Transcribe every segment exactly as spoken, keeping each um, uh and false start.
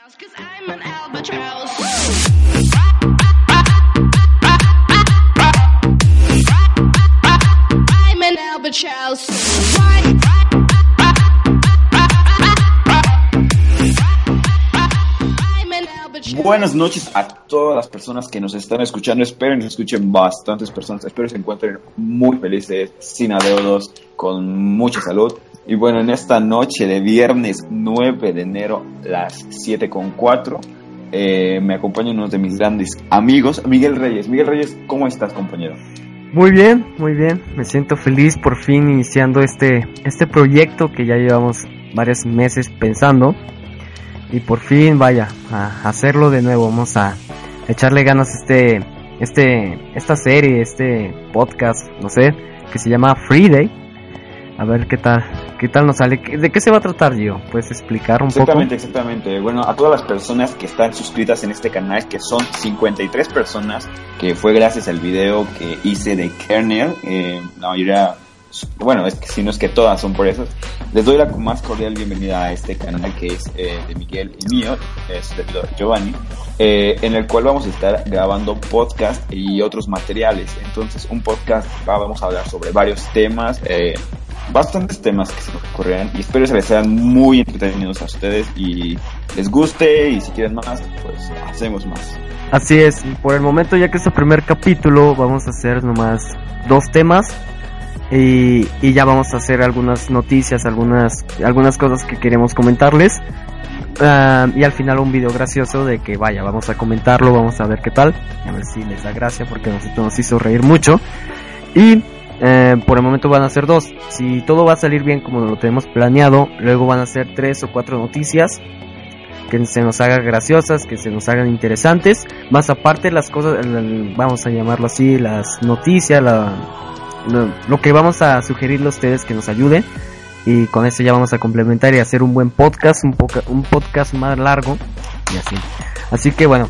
Buenas noches a todas las personas que nos están escuchando. Espero que nos escuchen bastantes personas. Espero que se encuentren muy felices, sin adeudos, con mucha salud. Y bueno, en esta noche de viernes nueve de enero, las siete con cuatro, eh, me acompaña uno de mis grandes amigos, Miguel Reyes. Miguel Reyes, ¿cómo estás, compañero? Muy bien, muy bien. Me siento feliz por fin iniciando este, este proyecto que ya llevamos varios meses pensando. Y por fin, vaya, a hacerlo de nuevo. Vamos a echarle ganas a este, este, esta serie, este podcast, no sé, que se llama Friday. A ver qué tal, qué tal nos sale. ¿De qué se va a tratar, Gio? ¿Puedes explicar un exactamente, poco? Exactamente, exactamente. Bueno, a todas las personas que están suscritas en este canal, que son cincuenta y tres personas, que fue gracias al video que hice de Kernel, eh, la mayoría... Bueno, es que si no es que todas son por eso. Les doy la más cordial bienvenida a este canal que es eh, de Miguel y mío, es de Giovanni, eh, en el cual vamos a estar grabando podcast y otros materiales. Entonces, un podcast vamos a hablar sobre varios temas, eh, bastantes temas que se nos ocurrirán, y espero que les sean muy entretenidos a ustedes y les guste, y si quieren más, pues hacemos más. Así es, por el momento, ya que es el primer capítulo, vamos a hacer nomás dos temas. Y, y ya vamos a hacer algunas noticias, algunas algunas cosas que queremos comentarles, uh, y al final un video gracioso de que vaya, vamos a comentarlo, vamos a ver qué tal, a ver si les da gracia porque a nosotros nos hizo reír mucho. Y uh, por el momento van a ser dos. Si todo va a salir bien como lo tenemos planeado, luego van a ser tres o cuatro noticias que se nos hagan graciosas, que se nos hagan interesantes, más aparte las cosas, vamos a llamarlo así, las noticias, la Lo, lo que vamos a sugerirle a ustedes que nos ayude, y con eso ya vamos a complementar y hacer un buen podcast, un, poca, un podcast más largo y así. Así que bueno,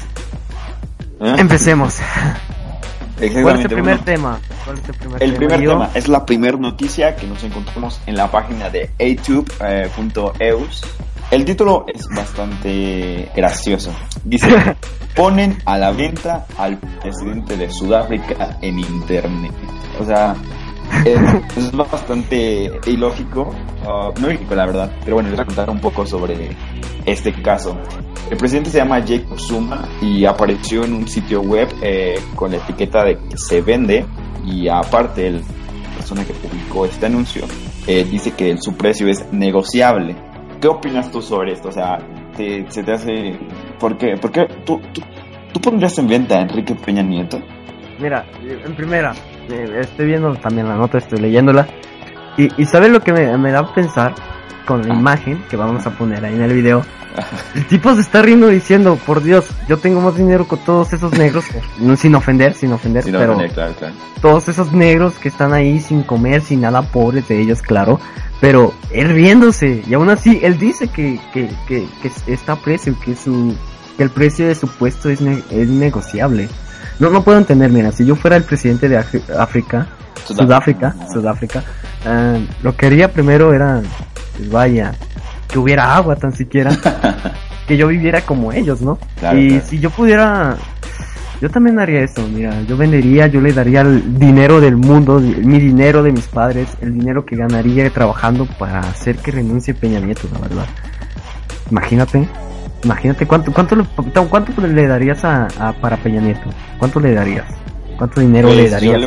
¿Eh? empecemos. ¿Cuál es el primer bueno, tema? ¿Cuál es el primer el tema, primer Diego? tema es la primera noticia que nos encontramos en la página de a tube punto e u s. El título es bastante gracioso. Dice: ponen a la venta al presidente de Sudáfrica en internet. O sea, es, es bastante ilógico, uh, no ilógico la verdad, pero bueno, les voy a contar un poco sobre este caso. El presidente se llama Jacob Zuma y apareció en un sitio web eh, con la etiqueta de que se vende, y aparte la persona que publicó este anuncio eh, dice que su precio es negociable. ¿Qué opinas tú sobre esto? O sea, te, se te hace... ¿Por qué? ¿Por qué tú, tú, tú pondrías en venta a Enrique Peña Nieto? Mira, en primera, eh, estoy viendo también la nota, estoy leyéndola, y, y ¿sabes lo que me, me da a pensar? Con la ah. imagen que vamos a poner ahí en el video. El tipo se está riendo diciendo: por Dios, yo tengo más dinero con todos esos negros, no, sin ofender, sin ofender, sin pero ofender, claro, claro. Todos esos negros que están ahí sin comer, sin nada, pobres de ellos, claro, pero él riéndose, y aún así él dice que, que, que, que está a precio, que su, que el precio de su puesto es, ne- es negociable. No, no puedo entender. Mira, si yo fuera el presidente de Af- África, Sudáfrica, Sudáfrica, uh, lo que haría primero era, pues vaya, que hubiera agua tan siquiera, que yo viviera como ellos, ¿no? Claro, y claro. Si yo pudiera, yo también haría eso. Mira, yo vendería, yo le daría el dinero del mundo, mi dinero de mis padres, el dinero que ganaría trabajando para hacer que renuncie Peña Nieto, la verdad. Imagínate, imagínate cuánto, cuánto, le, cuánto le darías a, a para Peña Nieto, cuánto le darías, cuánto dinero pues le darías.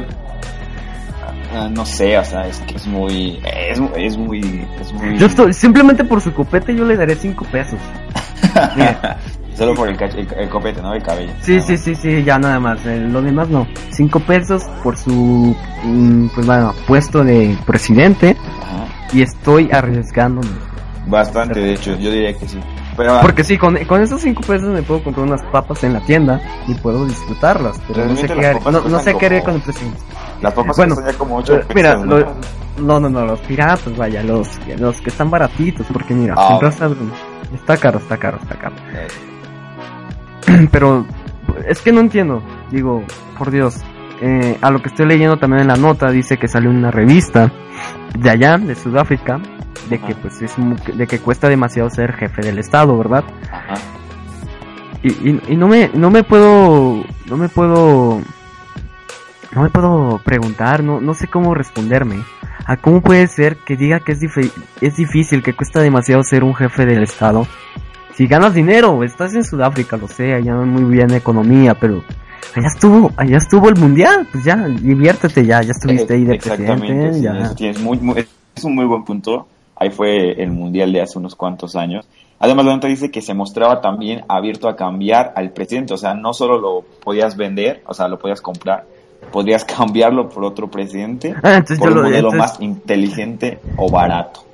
Uh, no sé, o sea, es que es muy, es, es muy, es muy... Yo estoy, simplemente por su copete yo le daré cinco pesos. Solo por el, cach- el, el copete, ¿no? El cabello. Sí, sí, sí, sí, ya nada más. Eh, lo demás no. Cinco pesos por su, mm, pues bueno, puesto de presidente. Ajá. Y estoy arriesgándome. Bastante, de hecho, yo diría que sí. Pero, porque sí, con, con esos cinco pesos me puedo comprar unas papas en la tienda y puedo disfrutarlas. Pero no sé qué haré, no, no sé qué haré con el presidente. Las papas bueno, ya como ocho pesos. Mira, ¿no? Lo, no, no, no, los piratas, vaya, los, los que están baratitos. Porque mira, ah, compras algo, está caro, está caro, está caro. Eh. Pero es que no entiendo. Digo, por Dios. Eh, a lo que estoy leyendo también en la nota, dice que salió una revista de allá, de Sudáfrica, de Ajá. que pues es de que cuesta demasiado ser jefe del estado, ¿verdad? Ajá. Y, y, y no me no me puedo no me puedo no me puedo preguntar, no no sé cómo responderme a cómo puede ser que diga que es dif- es difícil, que cuesta demasiado ser un jefe del estado. Si ganas dinero, estás en Sudáfrica, lo sé, allá no hay muy bien economía, pero allá estuvo, allá estuvo el mundial, pues ya, diviértete ya, ya estuviste ahí de presidente. Sí, ya. Es, tienes muy, muy, es un muy buen punto, ahí fue el mundial de hace unos cuantos años. Además, la nota dice que se mostraba también abierto a cambiar al presidente, o sea, no solo lo podías vender, o sea, lo podías comprar, podrías cambiarlo por otro presidente, ah, entonces por yo un lo, modelo entonces... más inteligente o barato.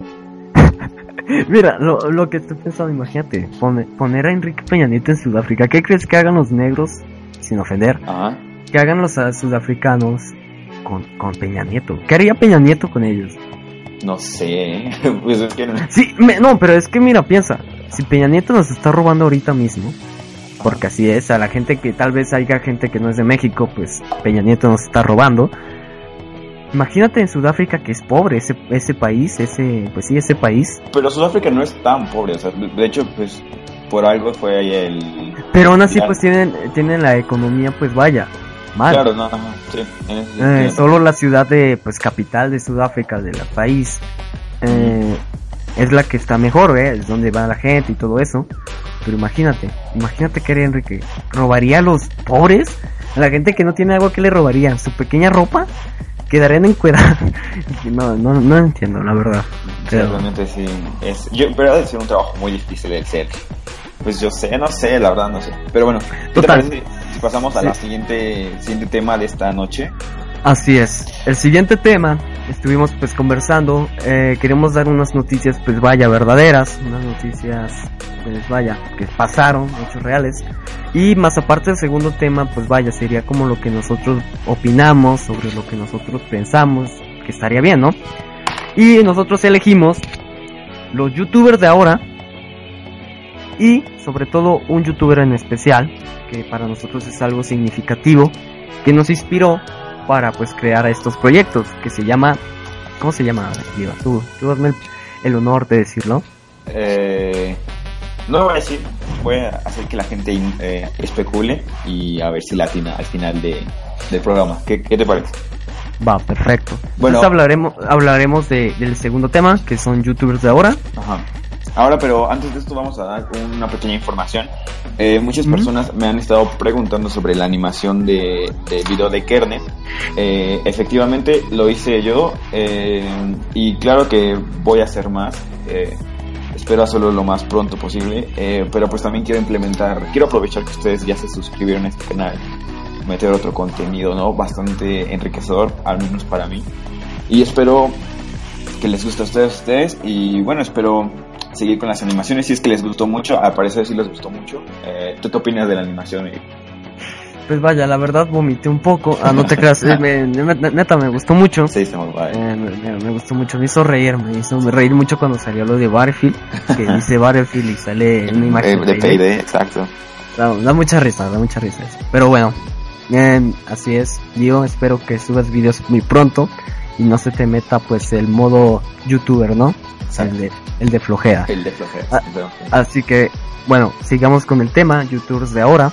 Mira, lo, lo que estoy pensando, imagínate, pone, poner a Enrique Peña Nieto en Sudáfrica. ¿Qué crees que hagan los negros, sin ofender? Ajá. Que hagan los uh, sudafricanos con, con Peña Nieto. ¿Qué haría Peña Nieto con ellos? No sé, pues es que no. Sí, me, no, pero es que mira, piensa, si Peña Nieto nos está robando ahorita mismo, porque así es, a la gente que tal vez haya gente que no es de México, pues Peña Nieto nos está robando. Imagínate en Sudáfrica, que es pobre ese ese país, ese pues sí, ese país. Pero Sudáfrica no es tan pobre, o sea, de hecho, pues por algo fue ahí el... Pero aún así pues tienen tienen la economía, pues vaya, mal. Claro, no, ajá, sí. En ese eh, solo la ciudad de pues capital de Sudáfrica, del país, eh, es la que está mejor, ¿eh? Es donde va la gente y todo eso. Pero imagínate, imagínate que Enrique robaría a los pobres, a la gente que no tiene algo, que le robaría su pequeña ropa. Quedarían encuerados. No, no, no entiendo, la verdad. Pero... Sí, realmente sí. Es, yo, pero ha de ser un trabajo muy difícil el ser. Pues yo sé, no sé, la verdad no sé. Pero bueno, ¿qué Total. te parece si pasamos a sí. la siguiente, siguiente tema de esta noche? Así es. El siguiente tema, estuvimos pues conversando, eh, queremos dar unas noticias pues vaya verdaderas, unas noticias pues vaya que pasaron, hechos reales. Y más aparte, el segundo tema pues vaya sería como lo que nosotros opinamos sobre lo que nosotros pensamos que estaría bien, ¿no? Y nosotros elegimos los youtubers de ahora y sobre todo un youtuber en especial que para nosotros es algo significativo, que nos inspiró para pues crear estos proyectos, que se llama, ¿cómo se llama? Diva, tú, tú hazme el, el honor de decirlo. Eh, no lo voy a decir, voy a hacer que la gente eh, especule y a ver si latina al final de, del programa. ¿Qué, qué te parece? Va, perfecto. Bueno, entonces hablaremos, hablaremos de, del segundo tema, que son youtubers de ahora. Ajá. Ahora, pero antes de esto vamos a dar una pequeña información. Eh, muchas mm-hmm. personas me han estado preguntando sobre la animación de, de video de Kernel. Eh, efectivamente lo hice yo eh, y claro que voy a hacer más. Eh, espero hacerlo lo más pronto posible. Eh, pero pues también quiero implementar, quiero aprovechar que ustedes ya se suscribieron a este canal, meter otro contenido, ¿no? Bastante enriquecedor, al menos para mí. Y espero que les guste a ustedes, a ustedes y bueno, espero seguir con las animaciones si es que les gustó mucho. Al parecer sí les gustó mucho. eh, ¿Tú qué opinas de la animación? Pues vaya, la verdad vomité un poco. Ah, no te creas, me, me, neta me gustó mucho. Sí, está muy guay. eh, me, me gustó mucho, me hizo reír, me hizo reír mucho cuando salió lo de Battlefield, que dice Battlefield y sale una imagen de Payday, exacto. Da, da mucha risa, da mucha risa eso. Pero bueno, eh, así es, yo espero que subas videos muy pronto y no se te meta pues el modo youtuber, ¿no? El de, el de flojera. El de flojera. Ah, así que, bueno, sigamos con el tema, youtubers de ahora.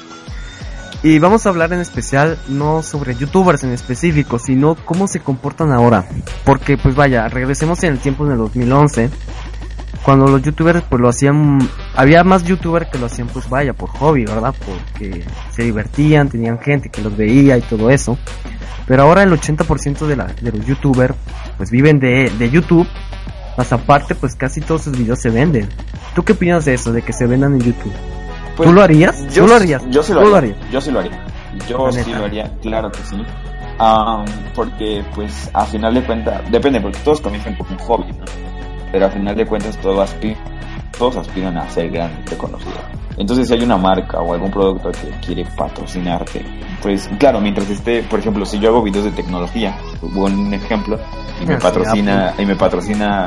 Y vamos a hablar en especial, no sobre youtubers en específico, sino cómo se comportan ahora. Porque, pues vaya, regresemos en el tiempo en el dos mil once, cuando los youtubers pues lo hacían, había más youtubers que lo hacían pues vaya, por hobby, ¿verdad? Porque se divertían, tenían gente que los veía y todo eso. Pero ahora el ochenta por ciento de, la, de los youtubers pues viven de, de YouTube. Más aparte, pues casi todos sus videos se venden. ¿Tú qué opinas de eso, de que se vendan en YouTube? Pues, ¿tú lo harías? Yo, ¿Tú lo harías? Yo sí lo, ¿Tú haría. lo harías. Yo sí lo haría. Yo sí lo haría, claro que sí. Um, porque, pues, a final de cuentas, depende, porque todos comienzan como un hobby, ¿no? Pero a final de cuentas, todos aspiran, todos aspiran a ser grandes, reconocidos. Entonces, si hay una marca o algún producto que quiere patrocinarte, pues, claro, mientras esté, por ejemplo, si yo hago videos de tecnología, buen ejemplo, y me patrocina, y me patrocina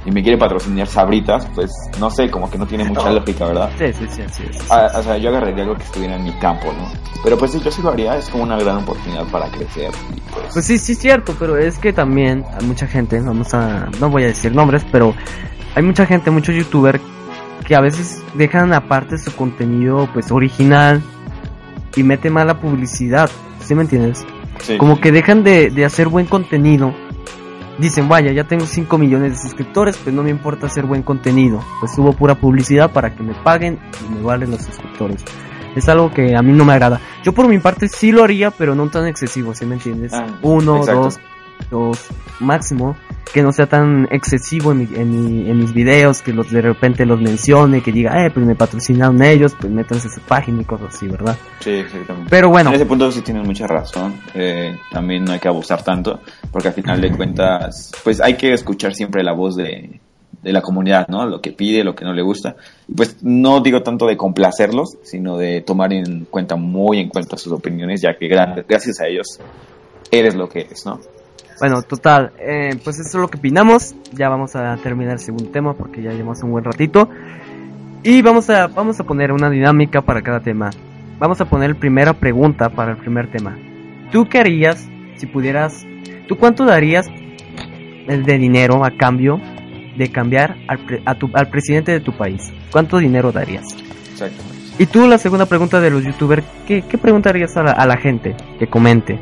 y me quiere patrocinar Sabritas, pues no sé, como que no tiene mucha lógica, ¿verdad? Sí, sí, sí, sí, sí, sí. Ah, o sea, yo agarraría algo que estuviera en mi campo, ¿no? Pero pues sí, yo sí lo haría, es como una gran oportunidad para crecer. Y pues... pues sí, sí, cierto, pero es que también hay mucha gente, vamos a, no voy a decir nombres, pero hay mucha gente, muchos youtubers que a veces dejan aparte su contenido pues original y meten mala publicidad, ¿sí me entiendes? Sí. Como que dejan de, de hacer buen contenido. Dicen, vaya, ya tengo cinco millones de suscriptores, pues no me importa hacer buen contenido. Pues subo pura publicidad para que me paguen y me valen los suscriptores. Es algo que a mí no me agrada. Yo por mi parte sí lo haría, pero no tan excesivo, ¿sí me entiendes? Ah, Uno, exacto. dos, dos máximo. Que no sea tan excesivo en, mi, en, mi, en mis videos, que los de repente los mencione, que diga, eh, pues me patrocinaron ellos, pues métanse a su página y cosas así, ¿verdad? Sí, exactamente. Pero bueno. En ese punto sí tienes mucha razón. Eh, también no hay que abusar tanto, porque al final de cuentas, pues hay que escuchar siempre la voz de, de la comunidad, ¿no? Lo que pide, lo que no le gusta. Pues no digo tanto de complacerlos, sino de tomar en cuenta, muy en cuenta sus opiniones, ya que gracias a ellos eres lo que eres, ¿no? Bueno, total, eh, pues eso es lo que opinamos. Ya vamos a terminar el segundo tema porque ya llevamos un buen ratito. Y vamos a, vamos a poner una dinámica para cada tema. Vamos a poner la primera pregunta para el primer tema. ¿Tú qué harías si pudieras... ¿Tú cuánto darías de dinero a cambio de cambiar al, pre, a tu, al presidente de tu país? ¿Cuánto dinero darías? Exactamente. Y tú, la segunda pregunta de los youtubers, ¿qué, qué preguntarías a la, a la gente que comente?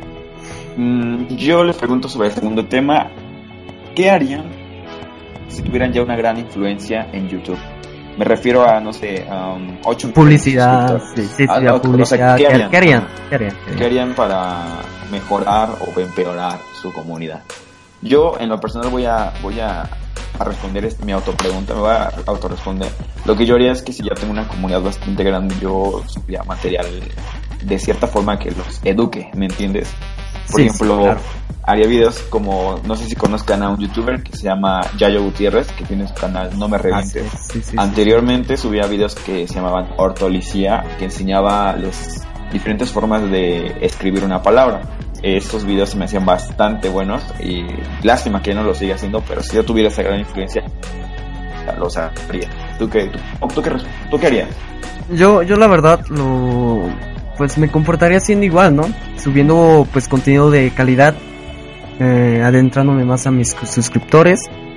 Yo les pregunto sobre el segundo tema, ¿qué harían si tuvieran ya una gran influencia en YouTube? Me refiero a, no sé, um, ocho publicidad, sí, sí, sí, a, a publicidad, o sea, ¿qué, harían? ¿qué harían? ¿Qué harían? ¿Qué harían para mejorar o empeorar su comunidad? Yo, en lo personal, voy a voy a, a responder este, mi autopregunta, me voy a autorresponder. Lo que yo haría es que si ya tengo una comunidad bastante grande, yo subiría material de cierta forma que los eduque, ¿me entiendes? Por sí, ejemplo, sí, claro. Haría videos como, no sé si conozcan a un youtuber que se llama Yayo Gutiérrez, que tiene su canal No Me Revientes. Ah, sí, sí, sí, Anteriormente sí. subía videos que se llamaban Ortolicía, que enseñaba las diferentes formas de escribir una palabra. Estos videos se me hacían bastante buenos y lástima que no lo siga haciendo, pero si yo tuviera esa gran influencia, lo haría. ¿Tú qué, tú, tú qué, tú qué harías? Yo, yo la verdad, lo... pues me comportaría siendo igual, ¿no? Subiendo pues contenido de calidad, eh, adentrándome más a mis suscriptores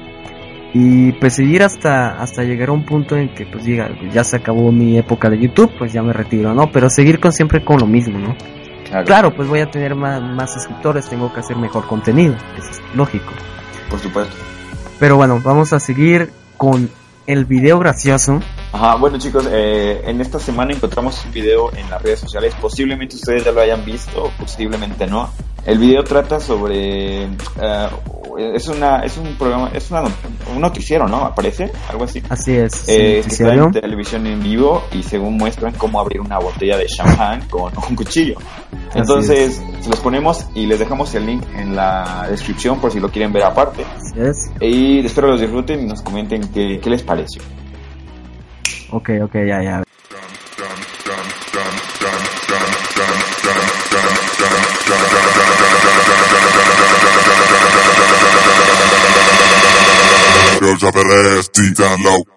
y pues seguir hasta hasta llegar a un punto en que pues diga, ya se acabó mi época de YouTube, pues ya me retiro, ¿no? Pero seguir con siempre con lo mismo, ¿no? Claro, claro pues voy a tener más, más suscriptores, tengo que hacer mejor contenido, eso es lógico. Por supuesto. Pero bueno, vamos a seguir con el video gracioso. Ajá, bueno chicos, eh, en esta semana encontramos un video en las redes sociales, posiblemente ustedes ya lo hayan visto, posiblemente no. El video trata sobre, uh, es una, es un programa, es una, un noticiero, ¿no? ¿Aparece? Algo así. Así es. Eh, que está en televisión en vivo y según muestran cómo abrir una botella de champán con un cuchillo. Entonces, se los ponemos y les dejamos el link en la descripción por si lo quieren ver aparte. Así es. Y espero los disfruten y nos comenten qué, qué les pareció. Ok, ok, ya, ya. Girl, drop that ass deep down low.